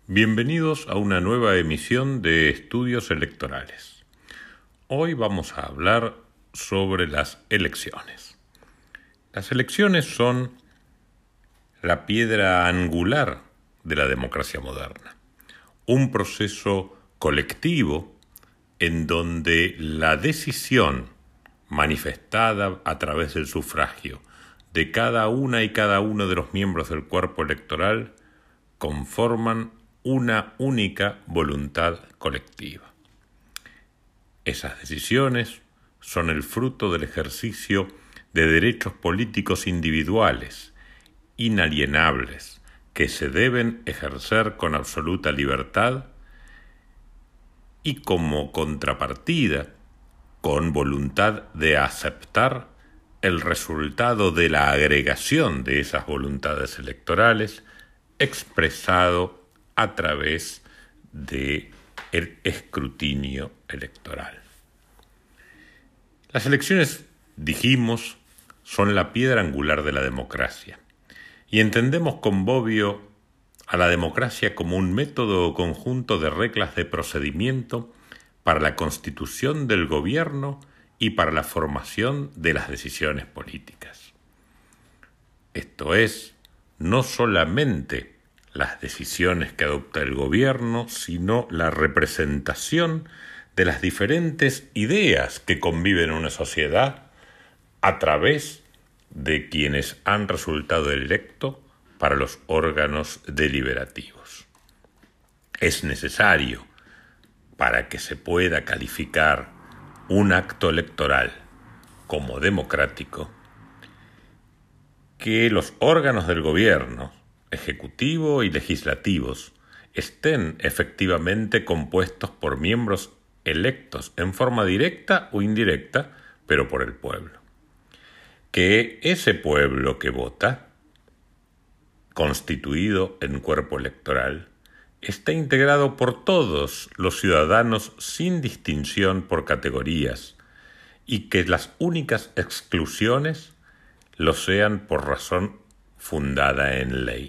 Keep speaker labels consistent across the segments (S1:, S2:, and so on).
S1: Bienvenidos a una nueva emisión de Estudios Electorales. Hoy vamos a hablar sobre las elecciones. Las elecciones son la piedra angular de la democracia moderna, un proceso colectivo en donde la decisión manifestada a través del sufragio de cada una y cada uno de los miembros del cuerpo electoral conforman una única voluntad colectiva. Esas decisiones son el fruto del ejercicio de derechos políticos individuales, inalienables, que se deben ejercer con absoluta libertad y como contrapartida, con voluntad de aceptar el resultado de la agregación de esas voluntades electorales expresado a través del escrutinio electoral. Las elecciones, dijimos, son la piedra angular de la democracia, y entendemos con Bobbio a la democracia como un método o conjunto de reglas de procedimiento para la constitución del gobierno y para la formación de las decisiones políticas. Esto es, no solamente las decisiones que adopta el gobierno, sino la representación de las diferentes ideas que conviven en una sociedad a través de quienes han resultado electos para los órganos deliberativos. Es necesario, para que se pueda calificar un acto electoral como democrático, que los órganos del gobierno, ejecutivo y legislativos, estén efectivamente compuestos por miembros electos en forma directa o indirecta, pero por el pueblo. Que ese pueblo que vota, constituido en cuerpo electoral, está integrado por todos los ciudadanos sin distinción por categorías y que las únicas exclusiones lo sean por razón fundada en ley.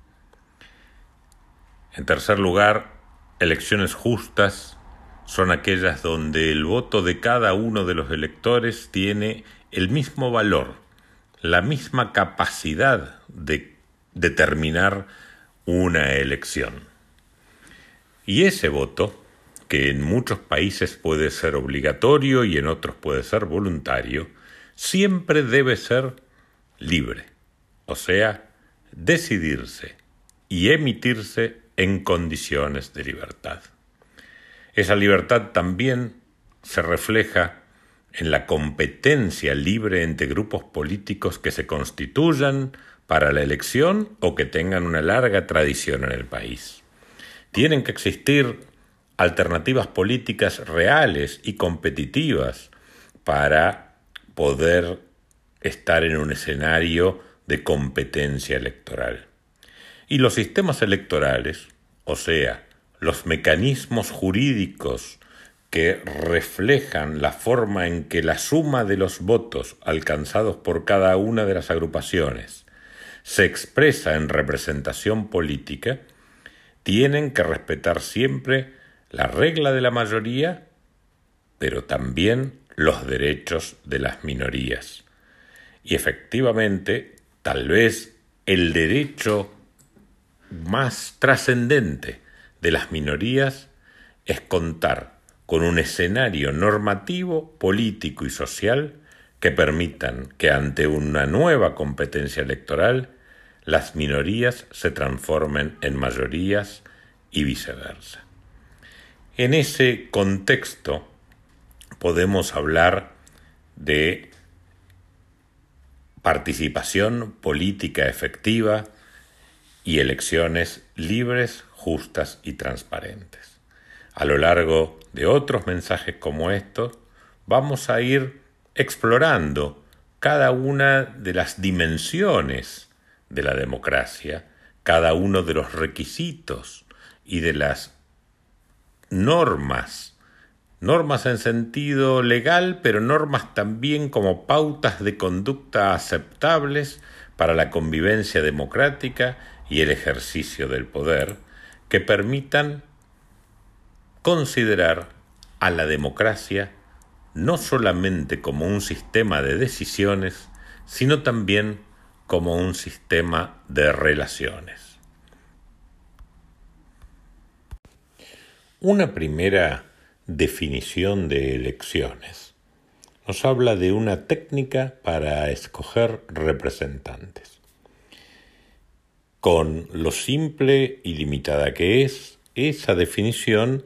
S1: En tercer lugar, elecciones justas son aquellas donde el voto de cada uno de los electores tiene el mismo valor, la misma capacidad de determinar una elección. Y ese voto, que en muchos países puede ser obligatorio y en otros puede ser voluntario, siempre debe ser libre, o sea, decidirse y emitirse en condiciones de libertad. Esa libertad también se refleja en la competencia libre entre grupos políticos que se constituyan para la elección o que tengan una larga tradición en el país. Tienen que existir alternativas políticas reales y competitivas para poder estar en un escenario de competencia electoral. Y los sistemas electorales, o sea, los mecanismos jurídicos que reflejan la forma en que la suma de los votos alcanzados por cada una de las agrupaciones se expresa en representación política, tienen que respetar siempre la regla de la mayoría, pero también los derechos de las minorías. Y efectivamente, tal vez el derecho más trascendente de las minorías es contar con un escenario normativo, político y social que permitan que ante una nueva competencia electoral las minorías se transformen en mayorías y viceversa. En ese contexto podemos hablar de participación política efectiva y elecciones libres, justas y transparentes. A lo largo de otros mensajes como estos, vamos a ir explorando cada una de las dimensiones de la democracia, cada uno de los requisitos y de las normas en sentido legal, pero normas también como pautas de conducta aceptables para la convivencia democrática y el ejercicio del poder, que permitan considerar a la democracia no solamente como un sistema de decisiones, sino también como un sistema de relaciones. Una primera definición de elecciones nos habla de una técnica para escoger representantes. Con lo simple y limitada que es, esa definición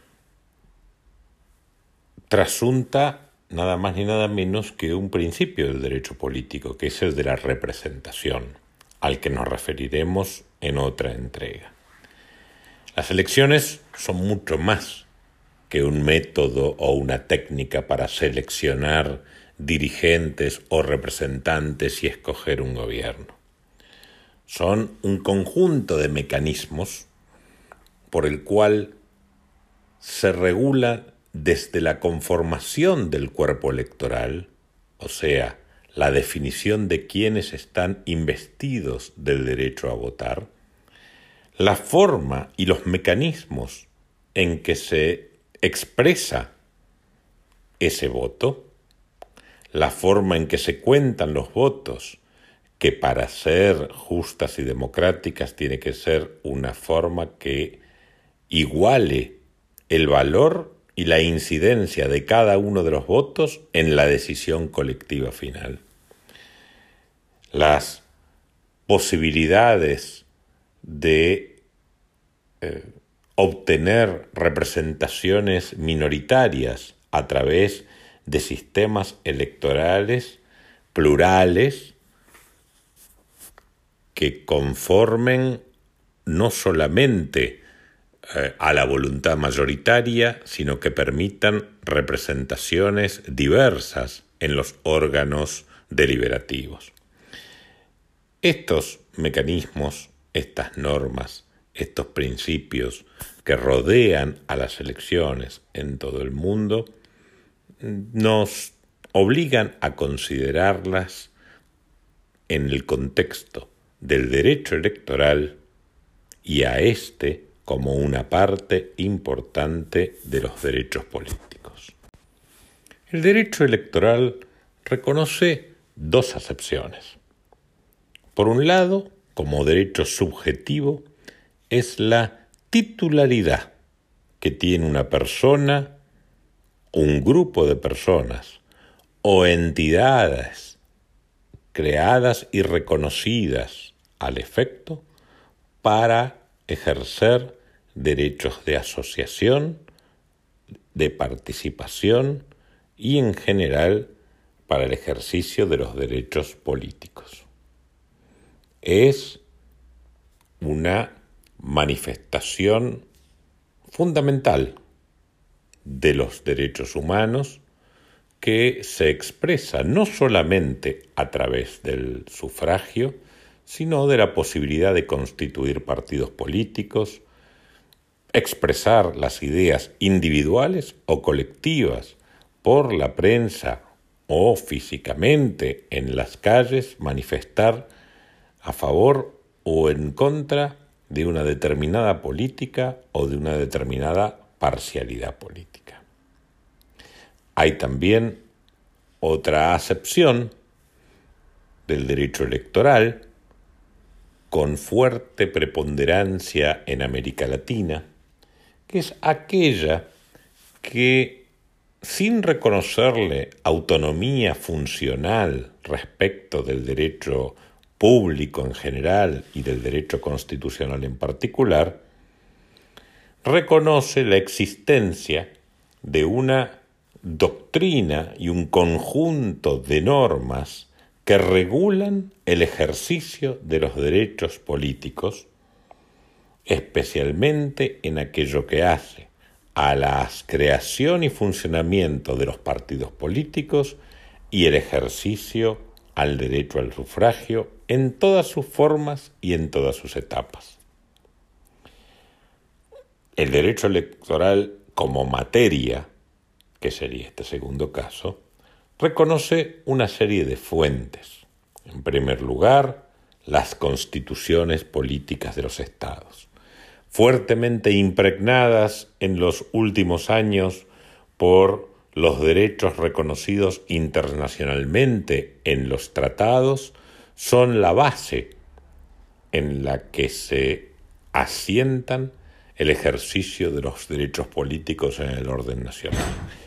S1: trasunta nada más ni nada menos que un principio del derecho político, que es el de la representación, al que nos referiremos en otra entrega. Las elecciones son mucho más que un método o una técnica para seleccionar dirigentes o representantes y escoger un gobierno. Son un conjunto de mecanismos por el cual se regula desde la conformación del cuerpo electoral, o sea, la definición de quienes están investidos del derecho a votar, la forma y los mecanismos en que se expresa ese voto, la forma en que se cuentan los votos, que para ser justas y democráticas tiene que ser una forma que iguale el valor y la incidencia de cada uno de los votos en la decisión colectiva final. Las posibilidades de obtener representaciones minoritarias a través de sistemas electorales plurales que conformen no solamente a la voluntad mayoritaria, sino que permitan representaciones diversas en los órganos deliberativos. Estos mecanismos, estas normas, estos principios que rodean a las elecciones en todo el mundo, nos obligan a considerarlas en el contexto del derecho electoral y a este como una parte importante de los derechos políticos. El derecho electoral reconoce dos acepciones. Por un lado, como derecho subjetivo, es la titularidad que tiene una persona, un grupo de personas o entidades creadas y reconocidas al efecto para ejercer derechos de asociación, de participación y en general para el ejercicio de los derechos políticos. Es una manifestación fundamental de los derechos humanos que se expresa no solamente a través del sufragio, sino de la posibilidad de constituir partidos políticos, expresar las ideas individuales o colectivas por la prensa o físicamente en las calles, manifestar a favor o en contra de una determinada política o de una determinada parcialidad política. Hay también otra acepción del derecho electoral con fuerte preponderancia en América Latina, que es aquella que, sin reconocerle autonomía funcional respecto del derecho público en general y del derecho constitucional en particular, reconoce la existencia de una doctrina y un conjunto de normas que regulan el ejercicio de los derechos políticos, especialmente en aquello que hace a la creación y funcionamiento de los partidos políticos y el ejercicio al derecho al sufragio en todas sus formas y en todas sus etapas. El derecho electoral como materia, que sería este segundo caso, reconoce una serie de fuentes. En primer lugar, las constituciones políticas de los estados. fuertemente impregnadas en los últimos años por los derechos reconocidos internacionalmente en los tratados, son la base en la que se asientan el ejercicio de los derechos políticos en el orden nacional.